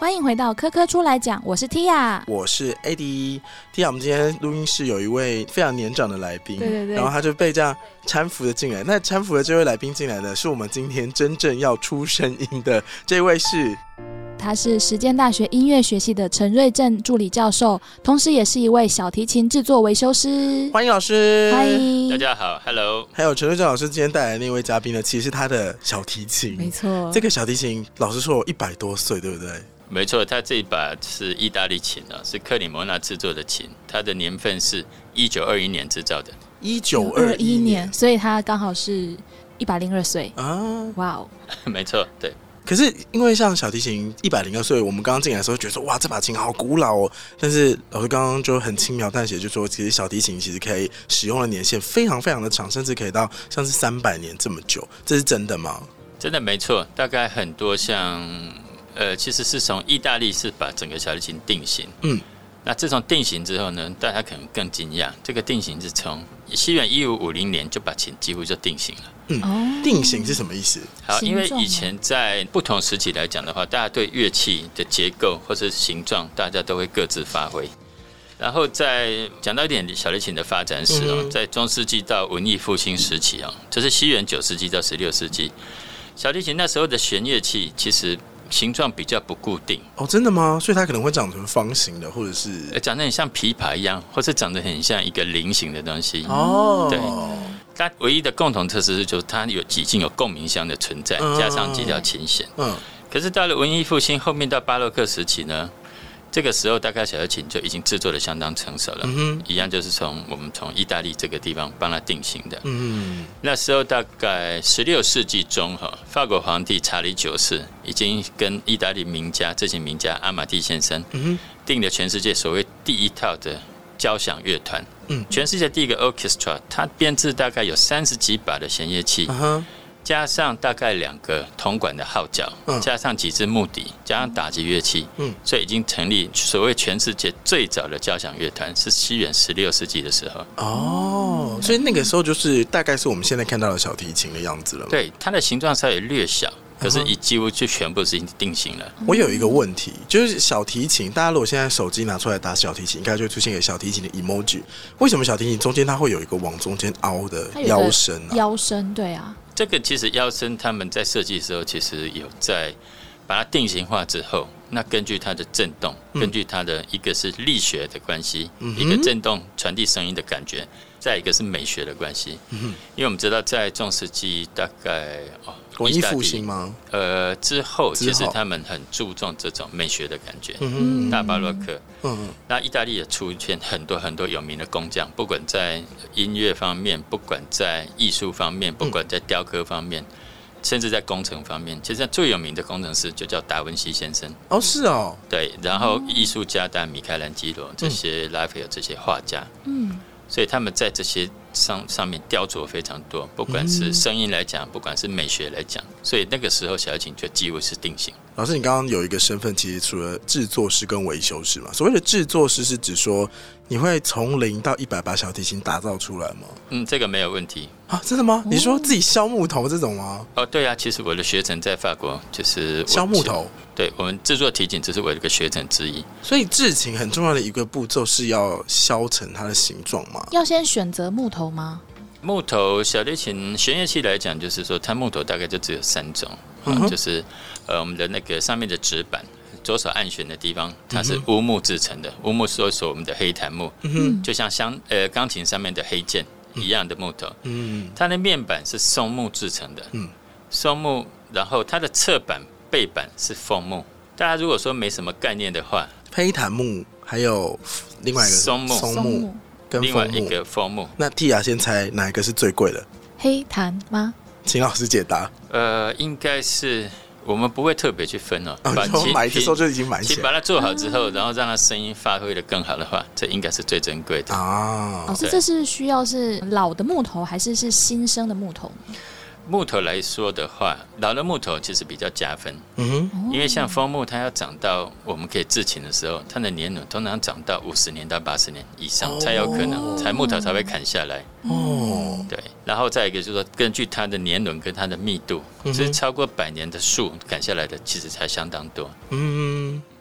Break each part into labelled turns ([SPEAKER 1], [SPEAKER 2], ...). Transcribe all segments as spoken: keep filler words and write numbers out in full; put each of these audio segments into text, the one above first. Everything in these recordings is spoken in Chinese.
[SPEAKER 1] 欢迎回到科科出来讲，我是 Tia，
[SPEAKER 2] 我是 Eddie。Tia， 我们今天录音室有一位非常年长的来宾，
[SPEAKER 1] 对对对，
[SPEAKER 2] 然后他就被这样搀扶的进来。那搀扶的这位来宾进来的是我们今天真正要出声音的这位是。
[SPEAKER 1] 他是实践大学音乐学系的陈瑞正助理教授，同时也是一位小提琴制作维修师。
[SPEAKER 2] 欢迎老师，
[SPEAKER 1] 欢迎
[SPEAKER 3] 大家好 ，Hello。
[SPEAKER 2] 还有陈瑞正老师今天带来的那位嘉宾呢，其实是他的小提琴。
[SPEAKER 1] 没错，
[SPEAKER 2] 这个小提琴老师说有一百多岁，对不对？
[SPEAKER 3] 没错，他这一把是意大利琴啊，是克里摩纳制作的琴，它的年份是一九二一年制造的。
[SPEAKER 2] 一九二一年，
[SPEAKER 1] 所以他刚好是一百零二岁
[SPEAKER 2] 啊！
[SPEAKER 1] 哇哦，
[SPEAKER 3] 没错，对。
[SPEAKER 2] 可是因为像小提琴一百零二岁，我们刚刚进来的时候觉得说哇这把琴好古老哦，但是老师刚刚就很轻描淡写就说，其实小提琴其实可以使用的年限非常非常的长，甚至可以到像是三百年这么久，这是真的吗？
[SPEAKER 3] 真的没错，大概很多像呃，其实是从意大利是把整个小提琴定型，嗯，那自从定型之后呢，大家可能更惊讶，这个定型是从西元一五五零年就把琴几乎就定型了。
[SPEAKER 2] 嗯，哦、定型是什么意思？
[SPEAKER 3] 好，因为以前在不同时期来讲的话，大家对乐器的结构或者形状，大家都会各自发挥。然后在讲到一点小提琴的发展史哦，在中世纪到文艺复兴时期哦，就是西元九世纪到十六世纪，小提琴那时候的弦乐器其实形状比较不固定
[SPEAKER 2] 哦，真的吗？所以它可能会长成方形的，或者是
[SPEAKER 3] 长得很像琵琶一样，或是长得很像一个菱形的东西
[SPEAKER 2] 哦，
[SPEAKER 3] 对。它唯一的共同特色就是它有几近有共鸣箱的存在，加上几条琴弦。嗯，可是到了文艺复兴后面到巴洛克时期呢，这个时候大概小提琴就已经制作的相当成熟了。嗯，一样就是从我们从意大利这个地方帮它定型的。嗯，那时候大概十六世纪中哈，法国皇帝查理九世已经跟意大利名家这些名家阿马蒂先生，嗯，定了全世界所谓第一套的交响乐团。嗯，全世界第一个 orchestra， 它编制大概有三十几把的弦乐器， uh-huh. 加上大概两个铜管的号角，嗯，加上几支木笛，加上打击乐器，嗯，所以已经成立所谓全世界最早的交响乐团，是西元十六世纪的时候。
[SPEAKER 2] 哦，所以那个时候就是大概是我们现在看到的小提琴的样子了吗？
[SPEAKER 3] 对，它的形状稍微略小。可是，几乎就全部是已经定型了。
[SPEAKER 2] 我有一个问题，就是小提琴，大家如果现在手机拿出来打小提琴，应该就会出现一个小提琴的 emoji。为什么小提琴中间它会有一个往中间凹的腰身啊？
[SPEAKER 1] 腰身，对啊。
[SPEAKER 3] 这个其实腰身他们在设计的时候，其实有在把它定型化之后，那根据它的震动，嗯、根据它的一个是力学的关系，嗯、一个震动传递声音的感觉，再一个是美学的关系。嗯、因为我们知道在中世纪大概哦。
[SPEAKER 2] 文艺复兴吗？
[SPEAKER 3] 呃，之后其实他们很注重这种美学的感觉，嗯、大巴洛克。嗯，那意大利也出现很多很多有名的工匠，不管在音乐方面，不管在艺术方面，不管在雕刻方面，嗯、甚至在工程方面，其实最有名的工程师就叫达文西先生。
[SPEAKER 2] 哦，是哦。
[SPEAKER 3] 对，然后艺术家当然米开朗基罗这些拉斐尔这些画家。嗯。所以他们在这些上上面雕琢非常多，不管是声音来讲，不管是美学来讲，所以那个时候小提琴就几乎是定型。
[SPEAKER 2] 老师，你刚刚有一个身份，其实除了制作师跟维修师嘛，所谓的制作师是指说你会从零到一百把小提琴打造出来吗？
[SPEAKER 3] 嗯，这个没有问题
[SPEAKER 2] 啊，真的吗？你说自己削木头这种吗？
[SPEAKER 3] 哦，对啊，其实我的学程在法国就是
[SPEAKER 2] 削木头。
[SPEAKER 3] 对，我们制作提琴只是我的一个学程之一。
[SPEAKER 2] 所以制琴很重要的一个步骤是要削成它的形状吗？
[SPEAKER 1] 要先选择木头吗？
[SPEAKER 3] 木头小提琴弦乐器来讲，就是说它木头大概就只有三种，嗯、就是呃我们的那个上面的指板，左手按弦的地方，它是乌木制成的，乌木所说我们的黑檀木，嗯、就像香呃钢琴上面的黑键一样的木头，嗯、它的面板是松木制成的，嗯、松木，然后它的侧板背板是枫木。大家如果说没什么概念的话，
[SPEAKER 2] 黑檀木还有另外一个
[SPEAKER 3] 松木，
[SPEAKER 2] 松木。跟
[SPEAKER 3] 另外一个枫木，
[SPEAKER 2] 那 Tia 先猜哪一个是最贵的？
[SPEAKER 1] 黑檀吗？
[SPEAKER 2] 请老师解答。
[SPEAKER 3] 呃，应该是我们不会特别去分哦。
[SPEAKER 2] 哦把琴买的时候就已经买起来，
[SPEAKER 3] 琴把它做好之后，然后让它声音发挥的更好的话，这应该是最珍贵的
[SPEAKER 2] 啊。
[SPEAKER 1] 老师，这是需要是老的木头还是是新生的木头？
[SPEAKER 3] 木头来说的话，老的木头其实比较加分，嗯哼，因为像枫木，它要长到我们可以制琴的时候，它的年轮通常长到五十年到八十年以上、哦、才有可能，才木头才会砍下来。哦，对，然后再一个就是说，根据它的年轮跟它的密度，其实超过百年的树砍下来的其实才相当多。嗯，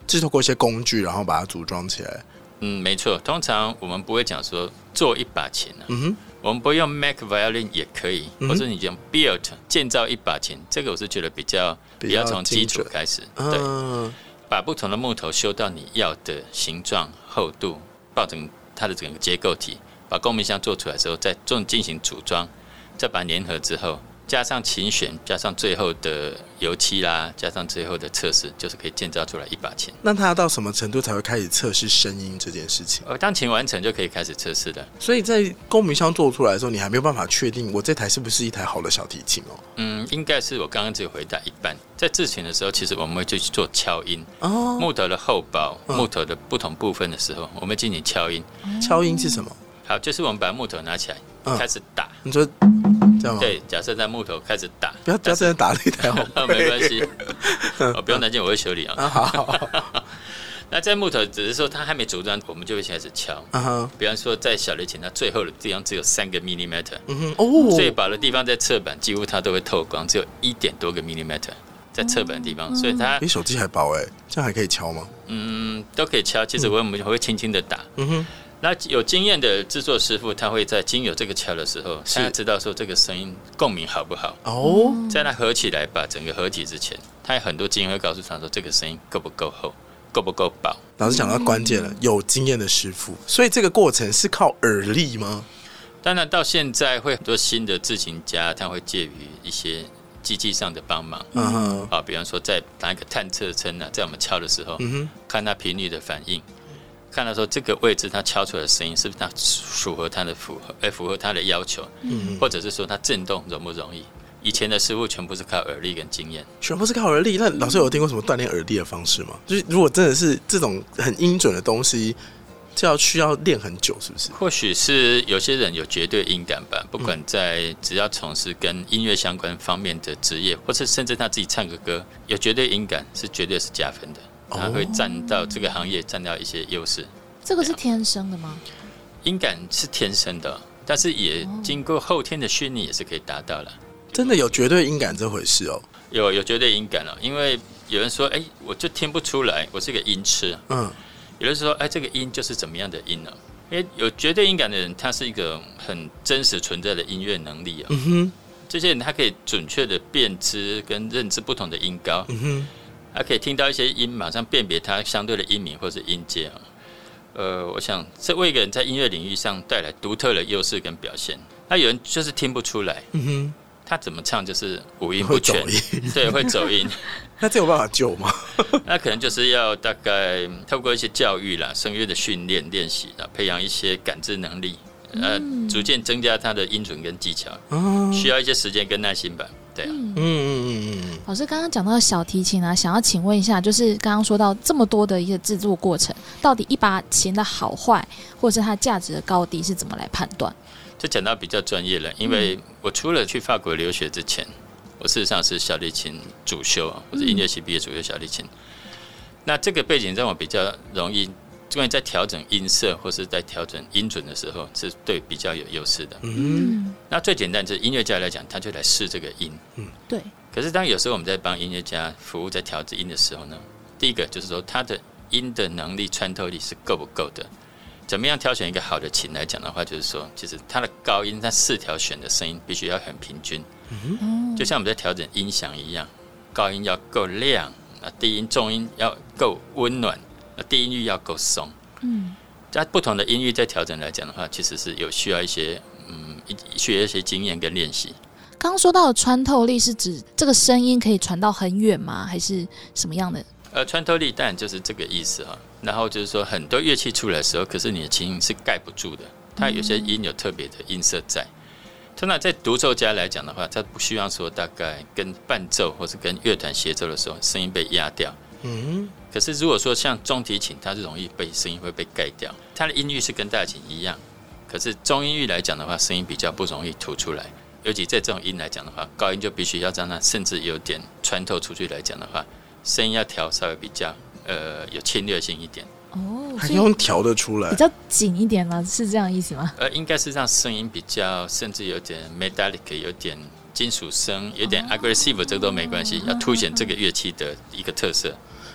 [SPEAKER 2] 是透过一些工具，然后把它组装起来。
[SPEAKER 3] 嗯，没错。通常我们不会讲说做一把琴啊，
[SPEAKER 2] 嗯哼，
[SPEAKER 3] 我们不用 make violin 也可以，嗯、或者你讲 build 建造一把琴，这个我是觉得比较比较从基础开始，
[SPEAKER 2] 嗯、
[SPEAKER 3] 对，把不同的木头修到你要的形状、厚度，抱成它的整个结构体，把共鸣箱做出来之后，再进行组装，再把它粘合之后。加上琴弦，加上最后的油漆啦，加上最后的测试，就是可以建造出来一把琴。
[SPEAKER 2] 那它要到什么程度才会开始测试声音这件事情？
[SPEAKER 3] 呃，当琴完成就可以开始测试了。
[SPEAKER 2] 所以在共鸣箱做出来的时候，你还没有办法确定我这台是不是一台好的小提琴哦。
[SPEAKER 3] 嗯，应该是我刚刚只有回答一半。在制琴的时候，其实我们会去做敲音。
[SPEAKER 2] 哦，
[SPEAKER 3] 木头的厚薄、嗯、木头的不同部分的时候，我们进行敲音。
[SPEAKER 2] 敲音是什么？
[SPEAKER 3] 好，就是我们把木头拿起来，嗯、开始打。
[SPEAKER 2] 你说这样吗？
[SPEAKER 3] 对，假设在木头开始打，
[SPEAKER 2] 不要不要真的打那台好吗？
[SPEAKER 3] 没关系，哦，不用担心，我会修理啊。
[SPEAKER 2] 啊好好好
[SPEAKER 3] 那在木头只是说它还没组装，我们就会开始敲。Uh-huh. 比方说在小提琴，它最后的地方只有三个 millimeter， 嗯哼，哦，最薄的地方在侧板，几乎它都会透光，只有一点多个 millimeter 在侧板的地方，所以它
[SPEAKER 2] 比手机还薄哎，这样还可以敲吗？
[SPEAKER 3] 嗯，都可以敲。其实我们会轻轻的打。嗯哼。那有经验的制作师傅，他会在经有这个敲的时候，他知道说这个声音共鸣好不好哦。在他合起来把整个合体之前，他有很多经验会告诉他说这个声音够不够厚，够不够薄。
[SPEAKER 2] 老师讲到关键了，有经验的师傅，所以这个过程是靠耳力吗？
[SPEAKER 3] 当然，到现在会很多新的制琴家，他会介于一些机器上的帮忙，嗯哼，啊，比方说在拿一个探测针啊，在我们敲的时候，嗯哼，看它频率的反应。看到说这个位置它敲出来的声音是不是它符合它的符合，哎，符合它的要求，嗯，或者是说它震动容不容易？以前的师傅全部是靠耳力跟经验，
[SPEAKER 2] 全部是靠耳力。那老师有听过什么锻炼耳力的方式吗？就是如果真的是这种很音准的东西，就要需要练很久，是不是？
[SPEAKER 3] 或许是有些人有绝对音感吧，不管在只要从事跟音乐相关方面的职业，或是甚至他自己唱个歌，有绝对音感是绝对是加分的。它会占到这个行业占到一些优势。
[SPEAKER 1] 这个是天生的吗？
[SPEAKER 3] 音感是天生的，但是也经过后天的训练也是可以达到了。
[SPEAKER 2] 真的有绝对音感这回事哦？
[SPEAKER 3] 有有绝对音感了，因为有人说，哎，我就听不出来，我是个音痴。嗯。有人说，哎，这个音就是怎么样的音呢？因为有绝对音感的人，他是一个很真实存在的音乐能力啊。嗯哼。这些人他可以准确的辨知跟认知不同的音高。嗯哼。他可以听到一些音，马上辨别它相对的音名或是音阶啊。呃，我想这为一个人在音乐领域上带来独特的优势跟表现。那有人就是听不出来，嗯哼，他怎么唱就是五音不全，对，会走音。
[SPEAKER 2] 那这有办法救吗？
[SPEAKER 3] 那可能就是要大概透过一些教育啦、声乐的训练、练习啦，培养一些感知能力，呃，逐渐增加他的音准跟技巧，哦、需要一些时间跟耐心吧。对啊，嗯
[SPEAKER 1] 嗯嗯。老师刚刚讲到小提琴啊，想要请问一下，就是刚刚说到这么多的一个制作过程，到底一把琴的好坏，或者是它价值的高低是怎么来判断？
[SPEAKER 3] 这讲到比较专业了，因为我除了去法国留学之前，我事实上是小提琴主修，我是音乐系毕业主修小提琴。嗯、那这个背景让我比较容易。因为在调整音色或是在调整音准的时候，是对比较有优势的。嗯，那最简单就是音乐家来讲，他就来试这个音。嗯，
[SPEAKER 1] 对。
[SPEAKER 3] 可是当有时候我们在帮音乐家服务在调制音的时候呢，第一个就是说他的音的能力穿透力是够不够的。怎么样挑选一个好的琴来讲的话，就是说，其实它的高音，它四条弦的声音必须要很平均。嗯，就像我们在调整音响一样，高音要够亮，那低音、中音要够温暖。低音域要够松，嗯，在不同的音域在调整来讲的话，其实是有需要一些，嗯，需要一些经验跟练习。
[SPEAKER 1] 刚刚说到的穿透力是指这个声音可以传到很远吗？还是什么样的？
[SPEAKER 3] 呃，穿透力当然就是这个意思哈。然后就是说，很多乐器出来的时候，可是你的琴是盖不住的，它有些音有特别的音色在。通常在独奏家来讲的话，它不需要说大概跟伴奏或是跟乐团协奏的时候，声音被压掉。嗯，可是如果说像中提琴，它是容易被声音会被盖掉，它的音域是跟大提琴一样，可是中音域来讲的话，声音比较不容易突出来，尤其在这种音来讲的话，高音就必须要让它甚至有点穿透出去来讲的话，声音要调稍微比较呃有侵略性一点。
[SPEAKER 1] 哦，
[SPEAKER 2] 还用调得出来，
[SPEAKER 1] 比较紧一点吗？是这样意思吗？
[SPEAKER 3] 呃，应该是让声音比较甚至有点 metallic， 有点金属声，有点 aggressive， 这都没关系，要凸显这个乐器的一个特色。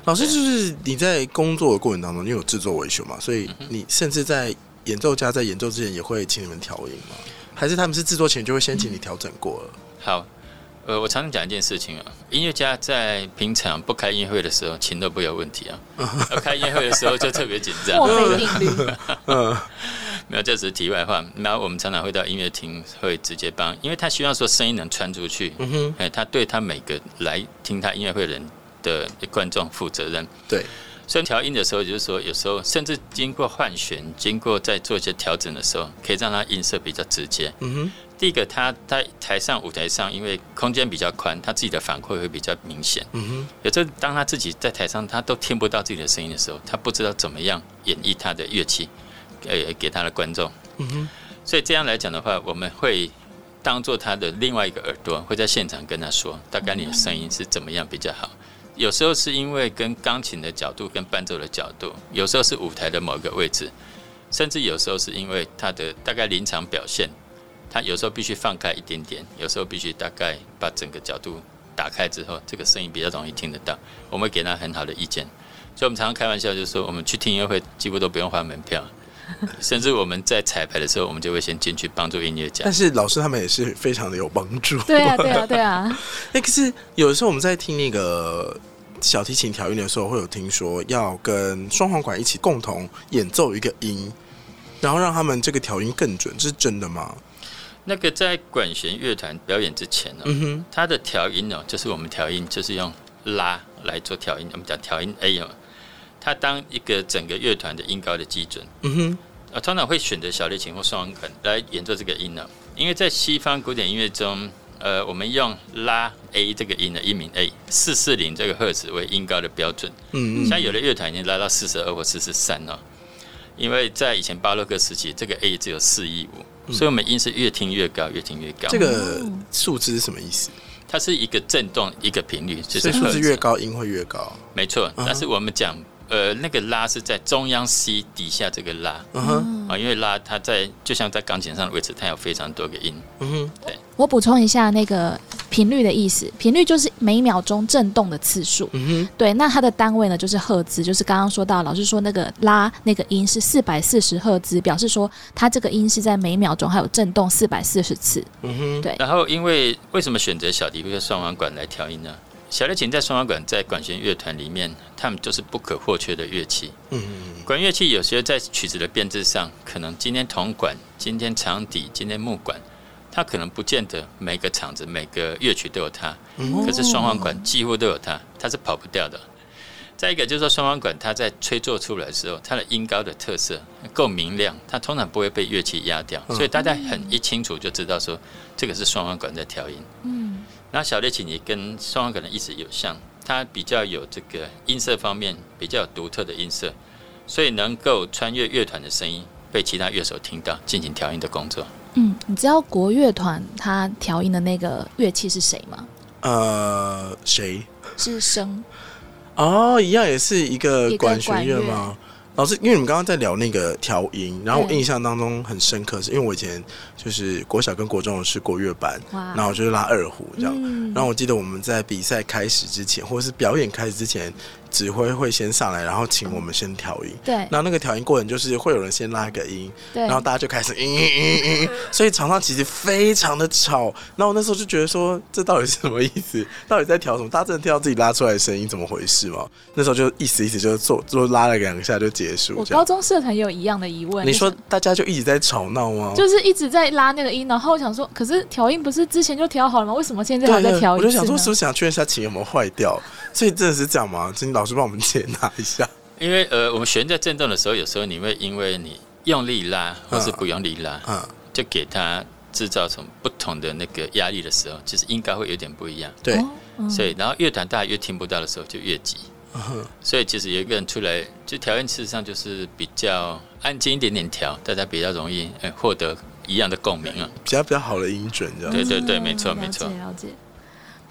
[SPEAKER 2] 老师，就是你在工作的过程当中，因为有制作维修嘛，所以你甚至在演奏家在演奏之前也会请你们调音吗？还是他们是制作前就会先请你调整过了？
[SPEAKER 3] 好。呃，我常常讲一件事情啊，音乐家在平常不开音乐会的时候，琴都不会有问题啊。而开音乐会的时候就特别紧张。
[SPEAKER 1] 墨菲定律。
[SPEAKER 2] 嗯，
[SPEAKER 3] 没有，这只是题外话。然后我们常常会到音乐厅，会直接帮，因为他希望说声音能传出去。嗯哼，哎，他对他每个来听他音乐会的人的观众负责任。
[SPEAKER 2] 对。
[SPEAKER 3] 所以调音的时候，就是说有时候甚至经过换弦，经过再做一些调整的时候，可以让它音色比较直接。嗯哼。第一个，他在台上舞台上，因为空间比较宽，他自己的反馈会比较明显。嗯哼，有时候当他自己在台上，他都听不到自己的声音的时候，他不知道怎么样演绎他的乐器，呃，给他的观众。嗯哼，所以这样来讲的话，我们会当做他的另外一个耳朵，会在现场跟他说，大概你的声音是怎么样比较好。有时候是因为跟钢琴的角度、跟伴奏的角度，有时候是舞台的某个位置，甚至有时候是因为他的大概临场表现。他有时候必须放开一点点，有时候必须大概把整个角度打开之后，这个声音比较容易听得到。我们会给他很好的意见，所以我们常常开玩笑，就是说我们去听音乐会几乎都不用花门票，甚至我们在彩排的时候，我们就会先进去帮助音乐家。
[SPEAKER 2] 但是老师他们也是非常的有帮助。
[SPEAKER 1] 对啊，对啊，对啊。
[SPEAKER 2] 哎，可是有的时候我们在听那个小提琴调音的时候，会有听说要跟双簧管一起共同演奏一个音，然后让他们这个调音更准，这是真的吗？
[SPEAKER 3] 那个在管弦乐团表演之前呢、哦，嗯、它的调音哦，就是我们调音就是用拉来做调音，我们讲调音 A 哦，它当一个整个乐团的音高的基准。嗯哼，呃，通常会选择小提琴或双簧管来演奏这个音呢、哦，因为在西方古典音乐中，呃，我们用拉 A 这个音的音名 A 四四零这个赫兹为音高的标准。嗯嗯，像有的乐团已经拉到四十二或四十三哦。因为在以前巴洛克时期，这个 A 只有四一五，所以我们音是越听越高，越听越高。
[SPEAKER 2] 这个数字是什么意思？
[SPEAKER 3] 它是一个振动，一个频率，就是
[SPEAKER 2] 数字越高，音会越高。
[SPEAKER 3] 没错，但是我们讲，呃，那个拉是在中央 C 底下这个拉，嗯哼，啊，因为拉它在就像在钢琴上的位置，它有非常多个音。嗯哼，对。
[SPEAKER 1] 我补充一下那个频率的意思，频率就是每秒钟振动的次数。嗯哼，对，那它的单位呢就是赫兹，就是刚刚说到老师说那个拉那个音是四百四十赫兹，表示说它这个音是在每秒钟还有振动四百四十次。嗯哼，对。
[SPEAKER 3] 然后因为为什么选择小提琴和双簧管来调音呢？小提琴在双簧管在管弦乐团里面，它们就是不可或缺的乐器。嗯，管乐器有些在曲子的编制上，可能今天铜管，今天长笛，今天木管。它可能不见得每个场子、每个乐曲都有它，嗯、可是双簧管几乎都有它，它是跑不掉的。再一个就是说，双簧管它在吹奏出来的时候，它的音高的特色够明亮，它通常不会被乐器压掉，所以大家很一清楚就知道说这个是双簧管在调音。嗯，然后小提琴也跟双簧管的意思有像，它比较有这个音色方面比较有独特的音色，所以能够穿越乐团的声音，被其他乐手听到，进行调音的工作。
[SPEAKER 1] 嗯，你知道国乐团它调音的那个乐器是谁吗？
[SPEAKER 2] 呃，谁？
[SPEAKER 1] 是笙。
[SPEAKER 2] 哦，一样也是一个管弦乐吗？老师，因为你们刚刚在聊那个调音，然后我印象当中很深刻，是因为我以前就是国小跟国中是国乐班，然后我就是拉二胡这样。嗯、然后我记得我们在比赛开始之前，或者是表演开始之前，指挥会先上来，然后请我们先调音。
[SPEAKER 1] 对。
[SPEAKER 2] 然后那个调音过程就是会有人先拉一个音，然后大家就开始音音音音，所以场上其实非常的吵。然后我那时候就觉得说，这到底是什么意思？到底在调什么？大家真的听到自己拉出来的声音，怎么回事吗？那时候就意思意思就做做拉了两下就结束。
[SPEAKER 1] 我高中社团也有一样的疑问。
[SPEAKER 2] 你说大家就一直在吵闹吗？
[SPEAKER 1] 就是一直在拉那个音，然后我想说，可是调音不是之前就调好了吗？为什么现在还在调一次呢？
[SPEAKER 2] 我就想说，是不是想确认一下琴有没有坏掉？所以真的是这样吗？请老师帮我们解答一下。
[SPEAKER 3] 因为呃，我们弦在振动的时候，有时候你会因为你用力拉或是不用力拉，嗯嗯、就给它制造成不同的那个压力的时候，其实应该会有点不一样。
[SPEAKER 2] 对，
[SPEAKER 1] 哦嗯、
[SPEAKER 3] 所以然后乐团大家越听不到的时候，就越急。嗯、所以其实有一个人出来，就调音，事实上就是比较安静一点点调，大家比较容易获得一样的共鸣啊，
[SPEAKER 2] 比较比较好的音准，这样。
[SPEAKER 3] 对对对，没错没错。
[SPEAKER 1] 了解了解。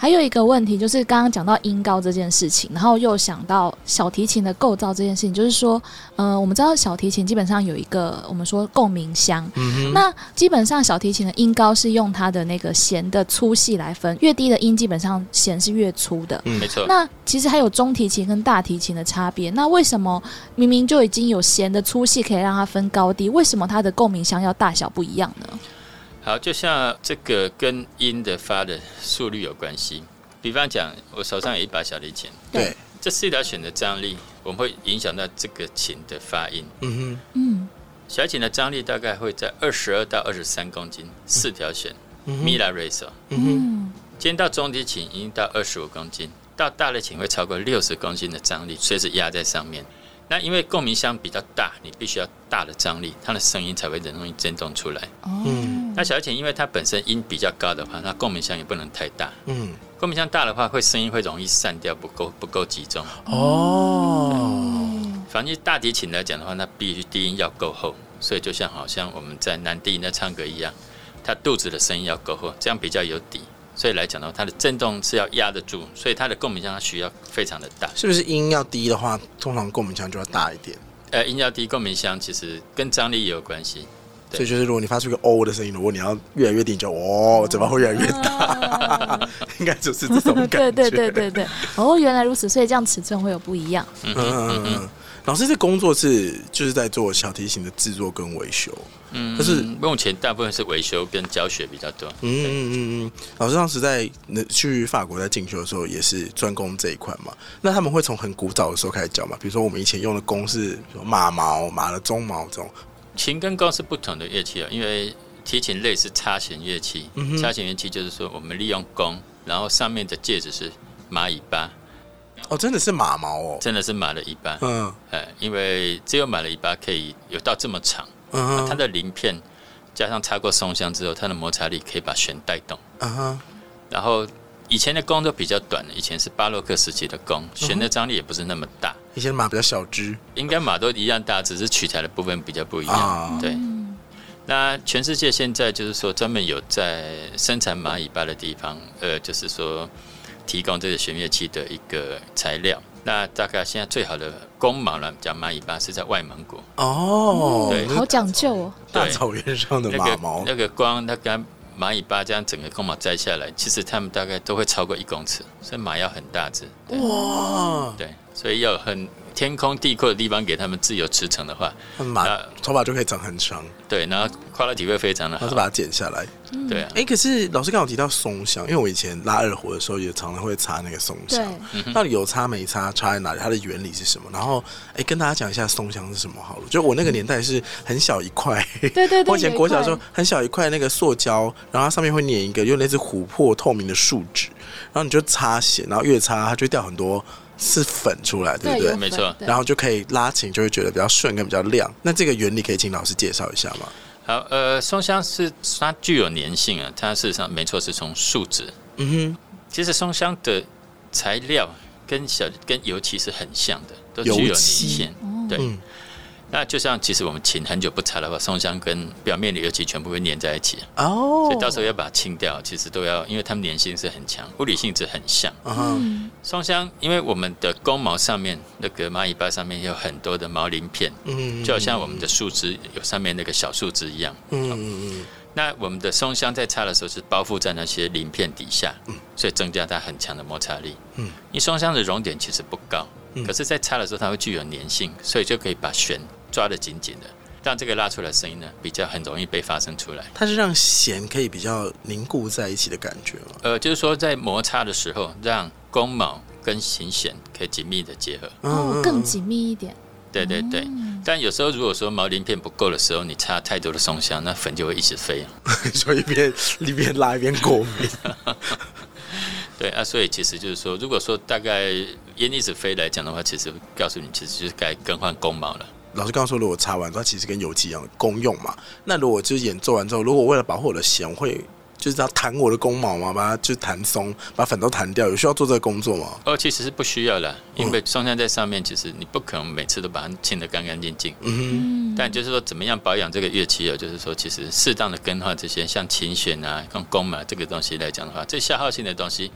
[SPEAKER 1] 还有一个问题就是刚刚讲到音高这件事情，然后又想到小提琴的构造这件事情，就是说，呃，我们知道小提琴基本上有一个我们说共鸣箱，嗯、那基本上小提琴的音高是用它的那个弦的粗细来分，越低的音基本上弦是越粗的，
[SPEAKER 3] 嗯，没错。
[SPEAKER 1] 那其实还有中提琴跟大提琴的差别，那为什么明明就已经有弦的粗细可以让它分高低，为什么它的共鸣箱要大小不一样呢？
[SPEAKER 3] 好，就像这个跟音的发的速率有关系。比方讲，我手上有一把小提琴，
[SPEAKER 2] 对，
[SPEAKER 3] 这四条弦的张力，我们会影响到这个琴的发音。嗯哼，嗯，小提琴的张力大概会在二十二到二十三公斤，四条弦，咪拉瑞嗦。嗯哼，今天到中提琴已经到二十五公斤，到大提琴会超过六十公斤的张力，随时压在上面。那因为共鸣箱比较大，你必须要大的张力，它的声音才会很容易震动出来。嗯，那小提琴因为它本身音比较高的话，那共鸣箱也不能太大。嗯，共鸣箱大的话，会声音会容易散掉，不够不够集中。哦，反正大提琴来讲的话，那必须低音要够厚，所以就像好像我们在男低音在唱歌一样，它肚子的声音要够厚，这样比较有底。所以来讲的话，它的震动是要压得住，所以它的共鸣箱它需要非常的大。
[SPEAKER 2] 是不是音要低的话，通常共鸣箱就要大一点？
[SPEAKER 3] 呃，音要低，共鸣箱其实跟张力也有关系。
[SPEAKER 2] 所以就是如果你发出一个 O 的声音，如果你要越来越低，就哦，嘴巴会越来越大，应该就是这种感觉。
[SPEAKER 1] 对对对对对，哦，原来如此，所以这样尺寸会有不一样。
[SPEAKER 2] 嗯嗯嗯。老师这工作是就是在做小提琴的制作跟维修，
[SPEAKER 3] 嗯，可是目前大部分是维修跟教学比较多。嗯嗯
[SPEAKER 2] 嗯嗯。老师当时在去法国在进修的时候，也是专攻这一块嘛。那他们会从很古早的时候开始教嘛？比如说我们以前用的弓是马毛、马的中毛这种。
[SPEAKER 3] 琴跟弓是不同的乐器啊，因为提琴类是插弦乐器，嗯、插弦乐器就是说我们利用弓，然后上面的介质是马尾巴。
[SPEAKER 2] 哦，真的是马毛哦，
[SPEAKER 3] 真的是马的尾巴。嗯，因为只有马的尾巴可以有到这么长，嗯、它的鳞片加上擦过松香之后，它的摩擦力可以把弦带动。嗯、然后以前的弓都比较短，以前是巴洛克时期的弓，弦的张力也不是那么大。
[SPEAKER 2] 以前马比较小只，
[SPEAKER 3] 应该马都一样大，只是取材的部分比较不一样。啊、对。那全世界现在就是说专门有在生产马尾巴的地方，呃，就是说提供这个弦乐器的一个材料。那大概现在最好的弓毛呢，讲马尾巴是在外蒙古。
[SPEAKER 2] 哦，
[SPEAKER 1] 对，好讲究哦。
[SPEAKER 2] 大草原上的马毛，
[SPEAKER 3] 那个光那个马尾巴这样整个弓毛摘下来，其实他们大概都会超过一公尺，所以马要很大只。哇，对，所以要很天空地阔的地方给他们自由驰骋的话，
[SPEAKER 2] 马头发就可以长很长。
[SPEAKER 3] 对，然后quality会非常的好，
[SPEAKER 2] 然后把它剪下来。
[SPEAKER 3] 对啊，
[SPEAKER 2] 哎、欸，可是老师刚好提到松香，因为我以前拉二胡的时候也常常会擦那个松香，到底有擦没擦，差在哪里？它的原理是什么？然后，哎、欸，跟大家讲一下松香是什么好了。就我那个年代是很小一块，
[SPEAKER 1] 对对对，
[SPEAKER 2] 我以前国小的时候很小一块那个塑胶，然后它上面会粘一个用类似琥珀透明的树脂，然后你就擦弦，然后越擦它就会掉很多。是粉出来，对不对？
[SPEAKER 3] 没错，
[SPEAKER 2] 然后就可以拉琴，就会觉得比较顺跟比较亮。那这个原理可以请老师介绍一下吗？
[SPEAKER 3] 好，呃，松香是它具有粘性啊，它事实上没错是从树脂。嗯哼，其实松香的材料跟小跟油漆是很像的，都具有粘性。对。嗯，那就像其实我们琴很久不擦的话，松香跟表面的油漆全部会粘在一起哦，所以到时候要把它清掉，其实都要，因为它们粘性是很强，物理性质很像。嗯，松香因为我们的弓毛上面那个马尾巴上面有很多的毛鳞片，嗯，就好像我们的树枝有上面那个小树枝一样。嗯嗯嗯。那我们的松香在擦的时候是包覆在那些鳞片底下，所以增加它很强的摩擦力。嗯，因为松香的熔点其实不高，可是在擦的时候它会具有粘性，所以就可以把弦抓得紧紧的，让这个拉出来的声音呢比较很容易被发生出来。
[SPEAKER 2] 它是让弦可以比较凝固在一起的感觉吗？
[SPEAKER 3] 呃，就是说在摩擦的时候，让弓毛跟琴弦可以紧密的结合，
[SPEAKER 1] 哦，更紧密一点。
[SPEAKER 3] 对对对，嗯、但有时候如果说毛鳞片不够的时候，你擦太多的松香，那粉就会一直飞。
[SPEAKER 2] 所以一边一边拉一边过敏。
[SPEAKER 3] 对啊，所以其实就是说，如果说大概烟一直飞来讲的话，其实告诉你，其实就是该更换弓毛了。
[SPEAKER 2] 老师刚刚说，如果擦完，它其实跟油漆一样的功用嘛。那如果就是演奏完之后，如果为了保护我的弦，我会就是要弹我的弓毛嘛，把它就弹松，把粉都弹掉，有需要做这个工作吗？
[SPEAKER 3] 哦，其实是不需要的，因为松香在上面，其实你不可能每次都把它清得干干净净。嗯，但就是说怎么样保养这个乐器啊？就是说，其实适当的更换这些像琴弦啊、跟弓嘛这个东西来讲的话，这消耗性的东西，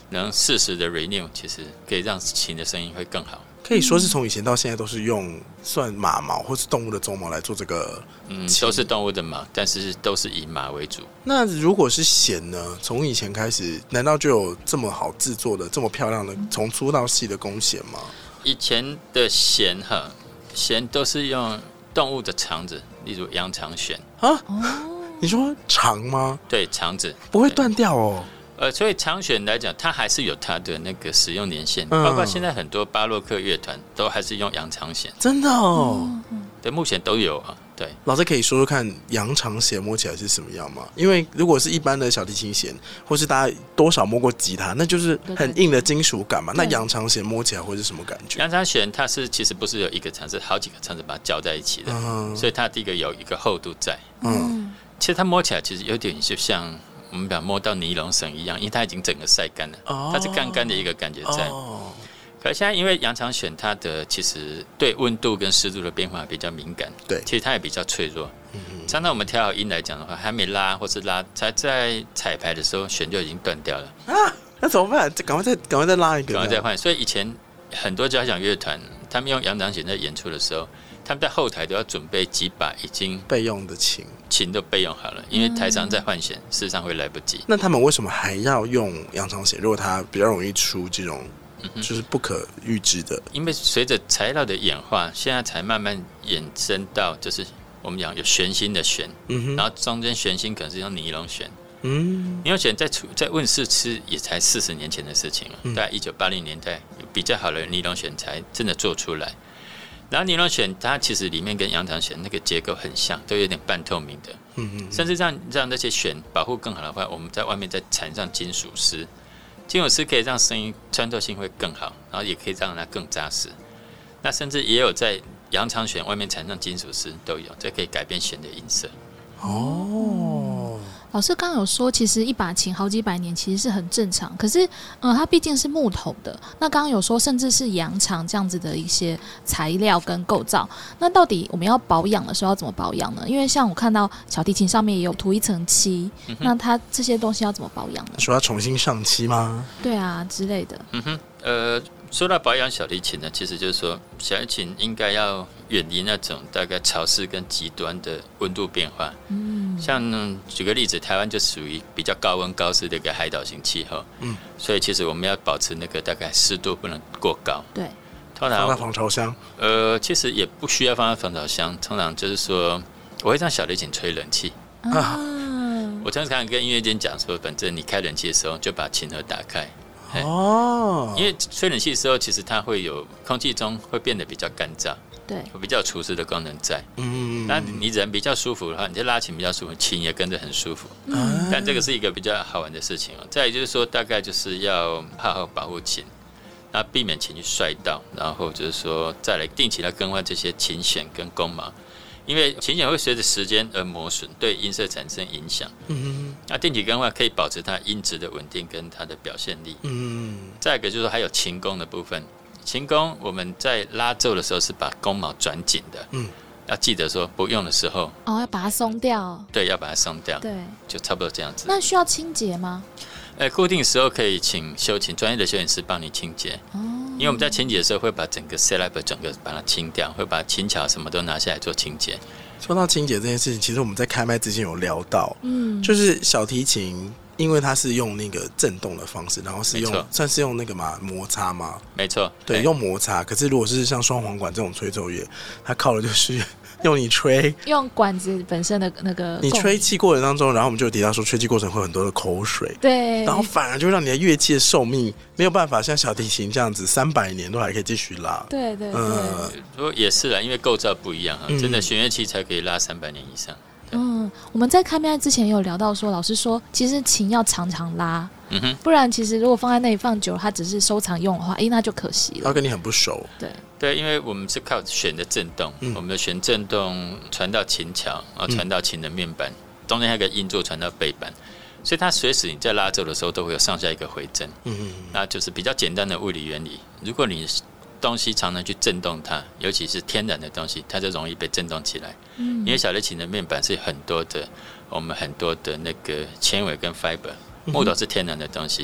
[SPEAKER 3] 能适时的 renew， 其实可以让琴的声音会更好。
[SPEAKER 2] 可以说是从以前到现在都是用算马毛或是动物的鬃毛来做这个，
[SPEAKER 3] 嗯，都是动物的毛，但是都是以马为主。
[SPEAKER 2] 那如果是弦呢？从以前开始，难道就有这么好制作的、这么漂亮的从粗到细的弓弦吗？
[SPEAKER 3] 以前的弦哈，弦都是用动物的肠子，例如羊肠弦
[SPEAKER 2] 啊。哦，你说长吗？
[SPEAKER 3] 对，肠子
[SPEAKER 2] 不会断掉哦。
[SPEAKER 3] 呃，所以长弦来讲，它还是有它的那个使用年限，嗯、包括现在很多巴洛克乐团都还是用羊肠弦。
[SPEAKER 2] 真的哦，
[SPEAKER 3] 对，目前都有啊。对，
[SPEAKER 2] 老师可以说说看羊肠弦摸起来是什么样吗？因为如果是一般的小提琴弦，或是大家多少摸过吉他，那就是很硬的金属感嘛。那羊肠弦摸起来会是什么感觉？
[SPEAKER 3] 羊肠弦它是其实不是有一个肠子，好几个肠子把它交在一起的，嗯、所以它第一个有一个厚度在。嗯，其实它摸起来其实有点就像我们把摸到尼龙绳一样，因为它已经整个晒干了，哦、它是干干的一个感觉在。哦，可是现在因为羊肠弦它的其实对温度跟湿度的变化比较敏感，
[SPEAKER 2] 对，
[SPEAKER 3] 其实它也比较脆弱。嗯，常常我们调好音来讲的话，还没拉或是拉，才在彩排的时候弦就已经断掉了
[SPEAKER 2] 啊！那怎么办？赶快再赶快再拉一个，
[SPEAKER 3] 赶快再换。所以以前很多交响乐团，他们用羊肠弦在演出的时候，他们在后台都要准备几把已经
[SPEAKER 2] 备用的琴，
[SPEAKER 3] 琴都备用好了，因为台上再换弦，事实上会来不及。
[SPEAKER 2] 那他们为什么还要用羊肠弦？如果它比较容易出这种就是不可预知的，
[SPEAKER 3] 因为随着材料的演化，现在才慢慢衍生到就是我们讲有弦心的弦，嗯、然后中间弦心可能是用尼龙弦。嗯，尼龙弦在在问世吃也才四十年前的事情了，嗯、大概一九八零年代有比较好的尼龙弦才真的做出来。然后尼龙弦它其实里面跟羊肠弦那个结构很像，都有点半透明的，嗯嗯，甚至让让那些弦保护更好的话，我们在外面再缠上金属丝。金属丝可以让声音穿透性会更好，然后也可以让它更扎实。那甚至也有在羊肠弦外面缠上金属丝都有，这可以改变弦的音色。
[SPEAKER 1] 哦，老师刚刚有说，其实一把琴好几百年其实是很正常，可是，嗯，它毕竟是木头的。那刚刚有说，甚至是羊肠这样子的一些材料跟构造，那到底我们要保养的时候要怎么保养呢？因为像我看到小提琴上面也有涂一层漆，嗯、那它这些东西要怎么保养呢？
[SPEAKER 2] 说要重新上漆吗？
[SPEAKER 1] 对啊，之类的。
[SPEAKER 3] 嗯哼，呃。说到保养小提琴呢，其实就是说，小提琴应该要远离那种大概潮湿跟极端的温度变化。嗯，像举个例子，台湾就属于比较高温高湿的一个海岛型气候。嗯，所以其实我们要保持那个大概湿度不能过高。
[SPEAKER 1] 对，
[SPEAKER 2] 通常放在防潮箱。
[SPEAKER 3] 呃，其实也不需要放在防潮箱，通常就是说，我会让小提琴吹冷气。啊，我常常跟音乐家讲说，反正你开冷气的时候，就把琴盒打开。哦，因为吹冷气的时候，其实它会有空气中会变得比较干燥，
[SPEAKER 1] 对，
[SPEAKER 3] 会比较除湿的功能在。嗯，那你人比较舒服的话，你就拉琴比较舒服，琴也跟着很舒服。嗯，但这个是一个比较好玩的事情哦。再来就是说，大概就是要好好保护琴，那避免琴去摔到，然后就是说再来定期来更换这些琴弦跟弓毛。因为琴弦会随着时间而磨损，对音色产生影响。嗯，那定期更换可以保持它音质的稳定跟它的表现力。嗯，再一个就是说还有琴弓的部分，琴弓我们在拉奏的时候是把弓毛转紧的。嗯，要记得说不用的时候
[SPEAKER 1] 哦，要把它松掉。
[SPEAKER 3] 对，要把它松掉。
[SPEAKER 1] 对，
[SPEAKER 3] 就差不多这样子。
[SPEAKER 1] 那需要清洁吗？
[SPEAKER 3] 呃，固定时候可以请修琴专业的修琴师帮你清洁。哦。因为我们在清洁的时候会把整个 set up 整个把它清掉，会把琴桥什么都拿下来做清洁。
[SPEAKER 2] 说到清洁这件事情，其实我们在开麦之前有聊到，嗯，就是小提琴，因为它是用那个震动的方式，然后是用算是用那个嘛摩擦嘛，
[SPEAKER 3] 没错，
[SPEAKER 2] 对，用摩擦。可是如果是像双簧管这种吹奏乐，它靠的就是用你吹，
[SPEAKER 1] 用管子本身的那个
[SPEAKER 2] 你吹气过程当中，然后我们就有提到说，吹气过程会有很多的口水，
[SPEAKER 1] 对，
[SPEAKER 2] 然后反而就让你的乐器的寿命没有办法像小提琴这样子三百年都还可以继续拉。
[SPEAKER 1] 对对对，嗯，
[SPEAKER 3] 说也是啦，因为构造不一样啊，真的弦乐器才可以拉三百年以上。
[SPEAKER 1] 嗯，我们在开麦之前也有聊到说，老师说其实琴要常常拉，嗯哼，不然其实如果放在那里放久了，它只是收藏用的话，哎，那就可惜了。
[SPEAKER 2] 它跟你很不熟。
[SPEAKER 1] 对
[SPEAKER 3] 对，因为我们是靠弦的震动，嗯、我们的弦震动传到琴桥，然后传到琴的面板，嗯、中间还有个音柱传到背板，所以它随时你在拉奏的时候都会有上下一个回震。嗯嗯，那就是比较简单的物理原理。如果你东西常常去震动它，尤其是天然的东西，它就容易被震动起来。嗯，因为小提琴的面板是很多的，我们很多的那个纤维跟 fiber， 木头是天然的东西，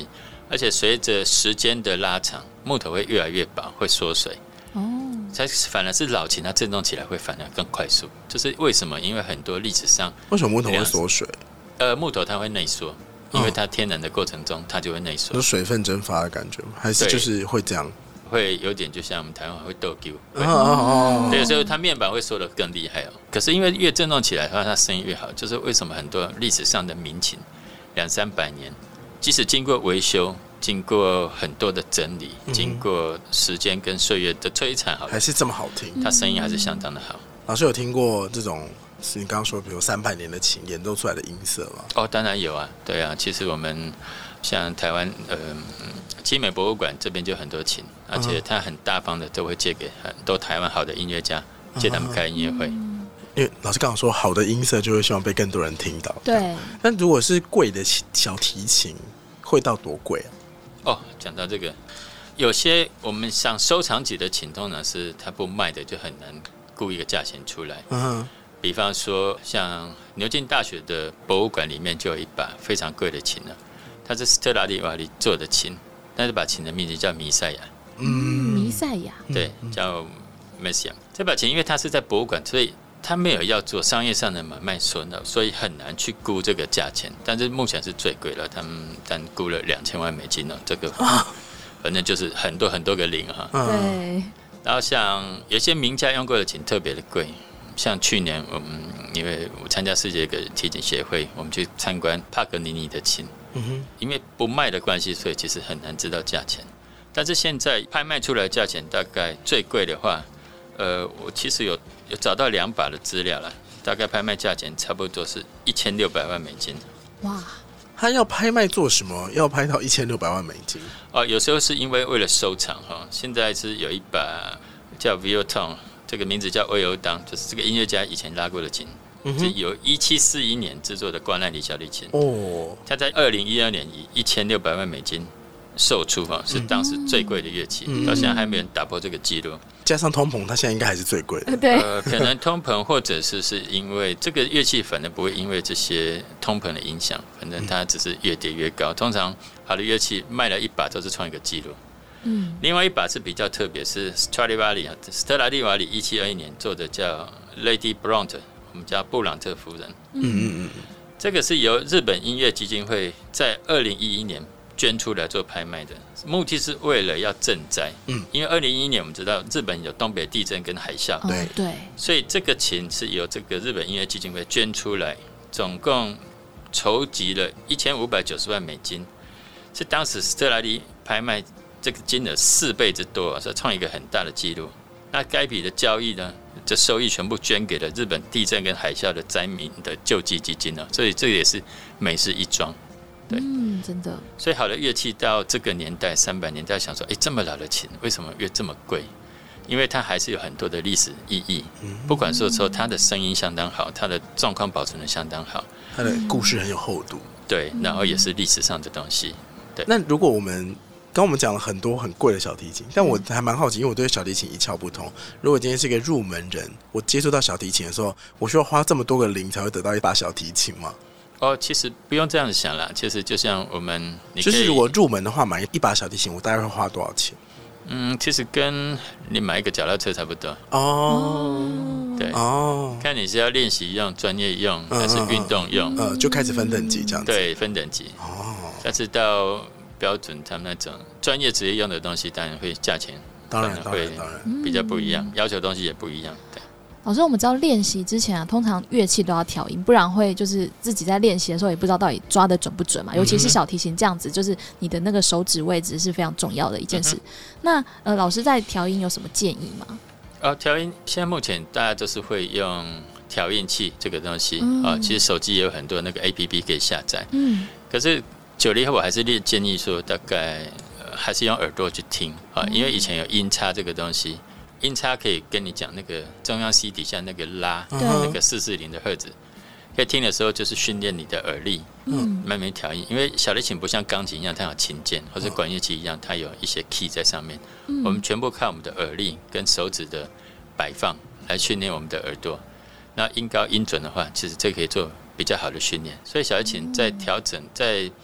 [SPEAKER 3] 而且随着时间的拉长，木头会越来越薄，会缩水。哦，它反而是老琴，它振动起来会反而更快速。就是为什么？因为很多历史上，
[SPEAKER 2] 为什么木头会缩水？
[SPEAKER 3] 呃，木头它会内缩，因为它天然的过程中，它就会内缩。
[SPEAKER 2] 有水分蒸发的感觉吗？还是就是会这样？
[SPEAKER 3] 会有点就像我们台湾会斗丢，哦，对，所以它面板会缩得更厉害哦。可是因为越振动起来的话，它声音越好。就是为什么很多历史上的民琴两三百年，即使经过维修，经过很多的整理，嗯、经过时间跟岁月的摧残，好，
[SPEAKER 2] 还是这么好听，
[SPEAKER 3] 它声音还是相当的好。
[SPEAKER 2] 老师有听过这种是你刚刚说，比如三百年的琴演奏出来的音色吗？
[SPEAKER 3] 哦，当然有啊，对啊。其实我们像台湾呃奇美博物馆这边就很多琴，而且他很大方的都会借给很多台湾好的音乐家，借他们开音乐会。
[SPEAKER 2] 因为老师刚刚说，好的音色就会希望被更多人听到。
[SPEAKER 1] 对。
[SPEAKER 2] 但如果是贵的小提琴，会到多贵啊？
[SPEAKER 3] 哦，讲到这个，有些我们像收藏级的琴，通常是他不卖的，就很难估一个价钱出来。嗯。比方说，像牛津大学的博物馆里面就有一把非常贵的琴了，它是斯特拉迪瓦里做的琴，但这把琴的名字叫弥赛亚。
[SPEAKER 1] 嗯，弥赛亚。
[SPEAKER 3] 对，叫 Messiaen。这把琴因为它是在博物馆，所以它没有要做商业上的买卖所呢，所以很难去估这个价钱。但是目前是最贵了，他们但估了两千万美金了。这个反正就是很多很多个零哈。
[SPEAKER 1] 对。
[SPEAKER 3] 然后像有些名家用过的琴特别的贵。像去年我们因为我参加世界的提琴协会，我们去参观帕格尼尼的琴，嗯哼，因为不卖的关系，所以其实很难知道价钱。但是现在拍卖出来的价钱，大概最贵的话，呃，我其实有有找到两把的资料了，大概拍卖价钱差不多是一千六百万美金。
[SPEAKER 1] 哇！
[SPEAKER 2] 他要拍卖做什么？要拍到一千六百万美金？
[SPEAKER 3] 哦，有时候是因为为了收藏哈。现在是有一把叫 Violton。这个名字叫威欧当，就是这个音乐家以前拉过的琴，嗯、是由一七四一年制作的瓜奈里小提琴。哦，他在二零一二年以一千六百万美金售出哈，是当时最贵的乐器，嗯、到现在还没人打破这个记录。
[SPEAKER 2] 加上通膨，它现在应该还是最贵的。
[SPEAKER 1] 对，
[SPEAKER 3] 呃，可能通膨，或者是是因为这个乐器，反正不会因为这些通膨的影响，反正它只是越跌越高。通常好的乐器卖了一把都是创一个记录。嗯，另外一把是比较特别，是 Stradivari 斯特拉蒂瓦里一七二一年做的，叫 Lady Bronte， 我们叫布朗特夫人。嗯嗯嗯，这个是由日本音乐基金会在二零一一年捐出来做拍卖的，目的是为了要赈灾。嗯，因为二零一一年我们知道日本有东北地震跟海啸，
[SPEAKER 1] 对对，
[SPEAKER 3] 所以这个钱是由这个日本音乐基金会捐出来，总共筹集了一千五百九十万美金，是当时斯特拉蒂拍卖这个金额四倍之多，是创一个很大的记录。那该笔的交易呢，这收益全部捐给了日本地震跟海啸的灾民的救济基金了，所以这也是美事一桩。对，
[SPEAKER 1] 嗯，真的。
[SPEAKER 3] 所以好的乐器到这个年代，三百年代，想说，哎，这么老的琴为什么越这么贵？因为它还是有很多的历史意义。不管说说它的声音相当好，它的状况保存的相当好，
[SPEAKER 2] 它的故事很有厚度。
[SPEAKER 3] 对，然后也是历史上的东西。对，
[SPEAKER 2] 那如果我们刚我们讲了很多很贵的小提琴，但我还蛮好奇，因为我对小提琴一窍不通。如果今天是一个入门人，我接触到小提琴的时候，我需要花这么多个零才会得到一把小提琴吗？
[SPEAKER 3] 哦，其实不用这样子想啦。其实就像我们，
[SPEAKER 2] 就是如果入门的话，买一把小提琴，我大概会花多少钱？
[SPEAKER 3] 嗯，其实跟你买一个脚踏车差不多。
[SPEAKER 2] 哦，
[SPEAKER 3] 对，哦，看你是要练习用、专业用，还是运动用，
[SPEAKER 2] 呃，就开始分等级这样子。
[SPEAKER 3] 对，分等级。哦，但是到标准他们那种专业职业用的东西，当然会价钱
[SPEAKER 2] 当然
[SPEAKER 3] 会比较不一样，要求的东西也不一样。对，
[SPEAKER 1] 老师，我们知道练习之前啊，通常乐器都要调音，不然会就是自己在练习的时候也不知道到底抓得准不准嘛。尤其是小提琴这样子，就是你的那个手指位置是非常重要的一件事。嗯、那呃，老师在调音有什么建议吗？
[SPEAKER 3] 哦，调音现在目前大家都是会用调音器这个东西啊、嗯哦，其实手机也有很多那个 A P P 可以下载。嗯，可是久了以后，我还是建议说，大概、呃、还是用耳朵去听啊，因为以前有音叉这个东西，音叉可以跟你讲那个中央 C 底下那个拉，那个四四零的赫兹，可以听的时候就是训练你的耳力，嗯，慢慢调音。因为小提琴不像钢琴一样，它有琴键，或者管乐器一样，它有一些 key 在上面。嗯、我们全部靠我们的耳力跟手指的摆放来训练我们的耳朵。那音高音准的话，其实这可以做比较好的训练。所以小提琴在调整在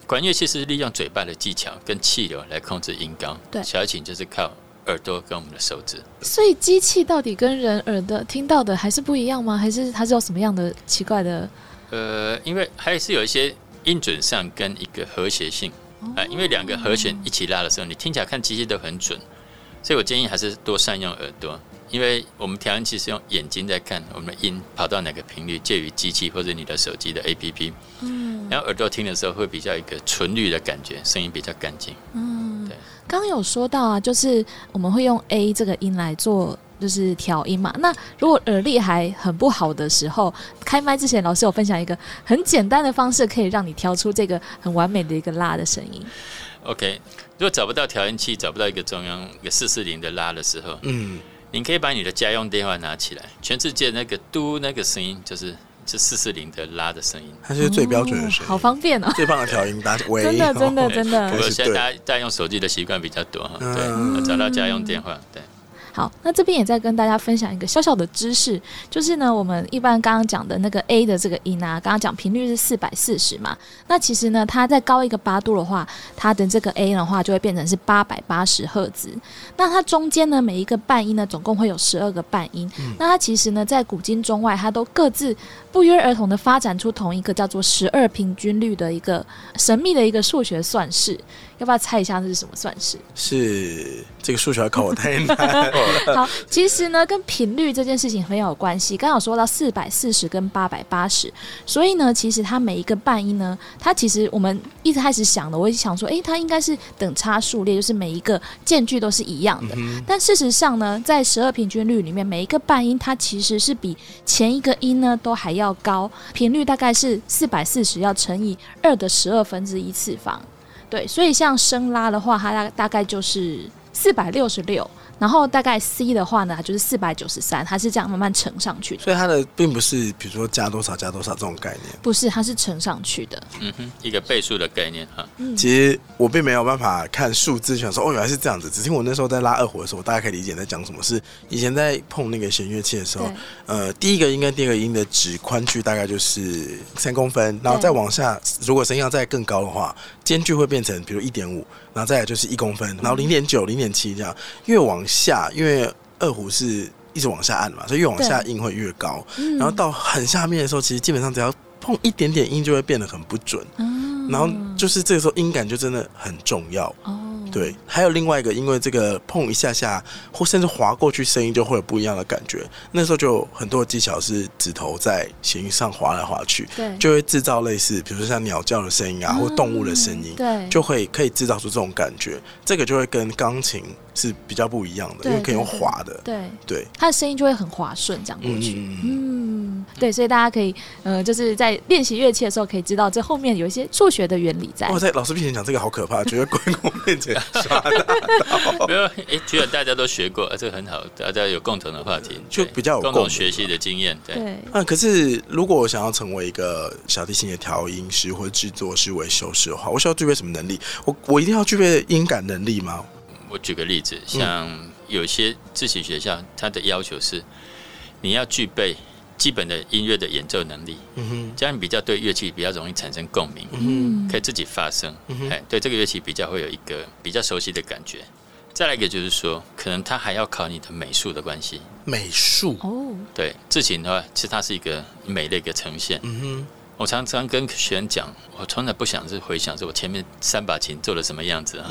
[SPEAKER 3] 管乐器是利用嘴巴的技巧跟气流来控制音高，
[SPEAKER 1] 对，
[SPEAKER 3] 小提琴就是靠耳朵跟我们的手指。
[SPEAKER 1] 所以机器到底跟人耳的听到的还是不一样吗？还是它是有什么样的奇怪的？
[SPEAKER 3] 呃，因为还是有一些音准上跟一个和谐性啊、哦呃，因为两个和弦一起拉的时候，你听起来看机器都很准，所以我建议还是多善用耳朵，因为我们调音器是用眼睛在看我们的音跑到哪个频率，介于机器或者你的手机的 A P P， 嗯，然后耳朵听的时候会比较一个纯律的感觉，声音比较干净，嗯，对。
[SPEAKER 1] 刚刚有说到啊，就是我们会用 A 这个音来做就是调音嘛。那如果耳力还很不好的时候，开麦之前老师有分享一个很简单的方式，可以让你调出这个很完美的一个拉的声音。
[SPEAKER 3] OK， 如果找不到调音器，找不到一个中央一个四四零的拉的时候，嗯，你可以把你的家用电话拿起来，全世界那个嘟那个声音就是是四四零的拉的声音，
[SPEAKER 2] 它是最标准的声音，
[SPEAKER 1] 哦、好方便哦，
[SPEAKER 2] 最棒的调音打喂，
[SPEAKER 1] 真的真的真的。
[SPEAKER 3] 不过现在大家大家用手机的习惯比较多哈，对，嗯、找到家用电话，对。
[SPEAKER 1] 好，那这边也再跟大家分享一个小小的知识，就是呢，我们一般刚刚讲的那个 A 的这个音啊，刚刚讲频率是四百四十嘛，那其实呢，它再高一个八度的话，它的这个 A 的话就会变成是八百八十赫兹。那它中间呢，每一个半音呢，总共会有十二个半音。嗯、那它其实呢，在古今中外，它都各自不约而同的发展出同一个叫做十二平均律的一个神秘的一个数学算式。要不要猜一下这是什么算式？
[SPEAKER 2] 是这个数学考我太难。
[SPEAKER 1] 好，其实呢，跟频率这件事情很有关系。刚刚有说到四百四十跟八百八十，所以呢，其实它每一个半音呢，它其实我们一直开始想的，我也想说，哎，它应该是等差数列，就是每一个间距都是一样的。嗯、但事实上呢，在十二平均律里面，每一个半音它其实是比前一个音呢都还要高，频率大概是四百四十要乘以二的十二分之一次方。对，所以像升拉的话，它大概就是四百六十六。然后大概 C 的话呢，它就是四百九十三，它是这样慢慢乘上去的。
[SPEAKER 2] 所以它的并不是比如说加多少加多少这种概念，
[SPEAKER 1] 不是，它是乘上去的。
[SPEAKER 3] 嗯哼，一个倍数的概念哈。
[SPEAKER 2] 嗯、其实我并没有办法看数字想说哦原来是这样子，只是我那时候在拉二胡的时候，我大概可以理解在讲什么。是以前在碰那个弦乐器的时候，呃，第一个音跟第二个音的指宽距大概就是三公分，然后再往下，如果声音要再更高的话，间距会变成比如一点五，然后再来就是一公分，然后零点九、零点七这样，越往下，因为二胡是一直往下按嘛，所以越往下音会越高。然后到很下面的时候，其实基本上只要碰一点点音就会变得很不准。嗯、然后就是这个时候音感就真的很重要。哦，对，还有另外一个，因为这个碰一下下或甚至滑过去，声音就会有不一样的感觉。那时候就有很多的技巧是指头在弦上滑来滑去，对，就会制造类似比如说像鸟叫的声音啊，嗯、或动物的声音，对，就会可以制造出这种感觉。这个就会跟钢琴是比较不一样的，因为可以用滑的，对 对, 对，
[SPEAKER 1] 它的声音就会很滑顺，这样过去。嗯, 嗯，对，所以大家可以，呃，就是在练习乐器的时候，可以知道这后面有一些数学的原理在。
[SPEAKER 2] 哇，在老师面前讲这个好可怕，觉得观众面前刷大刀。
[SPEAKER 3] 没有，哎，觉得大家都学过，啊，这个很好，大家有共同的话题，
[SPEAKER 2] 就比较有
[SPEAKER 3] 共同学习的经验。对，
[SPEAKER 1] 对
[SPEAKER 2] 啊，可是如果我想要成为一个小提琴的调音师或者制作师、维修师的话，我需要具备什么能力？我我一定要具备音感能力吗？
[SPEAKER 3] 我举个例子，像有些自习学校，它的要求是你要具备基本的音乐的演奏能力，嗯哼，这样比较对乐器比较容易产生共鸣，嗯，可以自己发声，嗯哼，对这个乐器比较会有一个比较熟悉的感觉。再来一个就是说，可能它还要考你的美术的关系，
[SPEAKER 2] 美术
[SPEAKER 1] 哦，
[SPEAKER 3] 对，制琴的话，其实它是一个美的一个呈现，嗯哼。我常常跟学员讲，我从来不想是回想说我前面三把琴做了什么样子啊，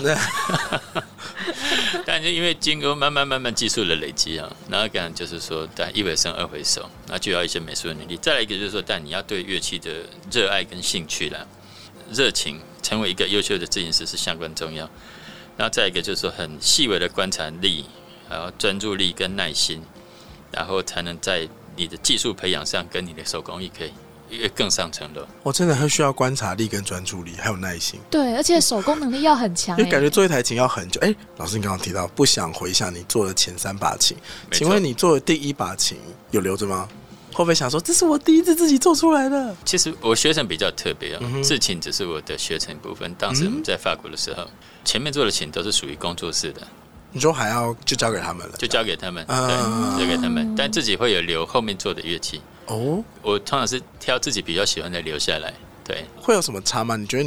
[SPEAKER 3] 但是因为经过慢慢慢慢技术的累积啊，然后可能就是说，但一回生二回熟，那就要一些美术的能力。再来一个就是说，但你要对乐器的热爱跟兴趣啦，热情，成为一个优秀的制琴师是相关重要。然后再一个就是说，很细微的观察力，然后专注力跟耐心，然后才能在你的技术培养上跟你的手工艺可以更上层楼。
[SPEAKER 2] 我真的很需要观察力跟专注力还有耐心，
[SPEAKER 1] 对，而且手工能力要很强，
[SPEAKER 2] 因为感觉做一台琴要很久。哎，老师你刚刚提到不想回想你做的前三把琴，请问你做的第一把琴有留着吗？会不会想说这是我第一次自己做出来的？
[SPEAKER 3] 其实我学程比较特别，嗯、制琴只是我的学程部分。当时我们在法国的时候，嗯、前面做的琴都是属于工作室的，
[SPEAKER 2] 你说还要就交给他们了，
[SPEAKER 3] 就交给他们，嗯、对，交给他们，但自己会有留后面做的乐器。哦，我通常是挑自己比较喜欢的留下来。对，
[SPEAKER 2] 会有什么差吗？你觉得你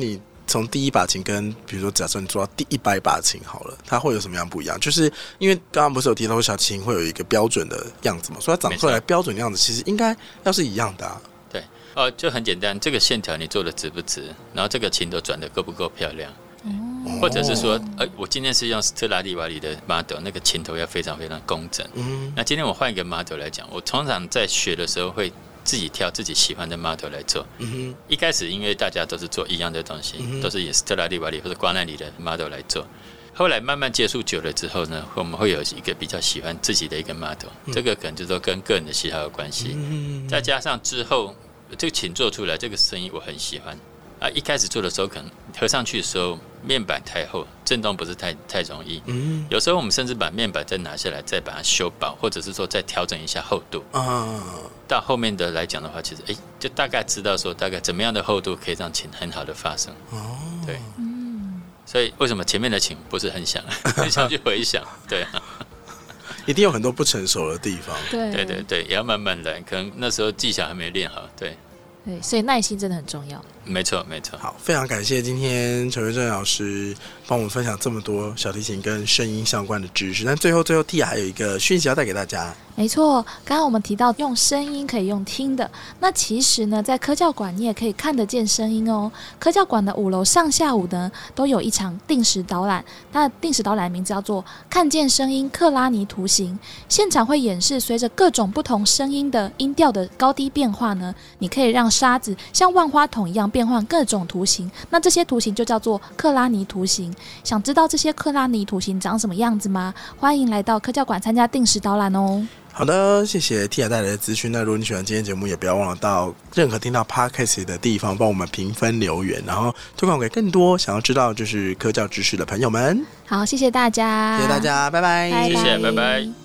[SPEAKER 2] 从第一把琴跟比如说假设你做到第一百把琴好了，它会有什么样不一样？就是因为刚刚不是有提到小提琴会有一个标准的样子嘛，所以它长出来标准的样子其实应该要是一样的啊。
[SPEAKER 3] 对，哦，就很简单，这个线条你做的直不直，然后这个琴头转的够不够漂亮。哦、或者是说，呃，我今天是用斯特拉蒂瓦里的 model， 那个琴头要非常非常工整。嗯，那今天我换一个 model 来讲，我通常在学的时候会自己挑自己喜欢的 model 来做。嗯哼，一开始因为大家都是做一样的东西，嗯、都是以斯特拉蒂瓦里或者瓜奈里的 model 来做。后来慢慢接触久了之后呢，我们会有一个比较喜欢自己的一个 model，、嗯、这个可能就是说跟个人的喜好有关系。嗯，再加上之后这个琴做出来这个声音我很喜欢。啊，一开始做的时候，可能合上去的时候面板太厚，震动不是太太容易。嗯，有时候我们甚至把面板再拿下来，再把它修薄，或者是说再调整一下厚度。啊，到后面的来讲的话，其实哎，就大概知道说大概怎么样的厚度可以让琴很好的发声。哦，对，嗯，所以为什么前面的琴不是很响，很想去回想，对啊。
[SPEAKER 2] 一定有很多不成熟的地方。
[SPEAKER 1] 对
[SPEAKER 3] 对对对，也要慢慢来，可能那时候技巧还没练好，对。
[SPEAKER 1] 对，所以耐心真的很重要。
[SPEAKER 3] 没错，没错。
[SPEAKER 2] 好，非常感谢今天陈维正老师帮我们分享这么多小提琴跟声音相关的知识。但最后，最后 Tia 还有一个讯息要带给大家。
[SPEAKER 1] 没错，刚刚我们提到用声音可以用听的，那其实呢，在科教馆你也可以看得见声音哦。科教馆的五楼上下午呢，都有一场定时导览，那定时导览的名字叫做“看见声音克拉尼图形”，现场会演示随着各种不同声音的音调的高低变化呢，你可以让沙子像万花筒一样变换各种图形，那这些图形就叫做克拉尼图形。想知道这些克拉尼图形长什么样子吗？欢迎来到科教馆参加定时导览哦。
[SPEAKER 2] 好的，谢谢 Tia 带来的资讯。那如果你喜欢今天节目，也不要忘了到任何听到 Podcast 的地方帮我们评分留言，然后推广给更多想要知道就是科教知识的朋友们。
[SPEAKER 1] 好，谢谢大家，
[SPEAKER 2] 谢谢大家，拜拜，
[SPEAKER 3] 谢谢，拜拜。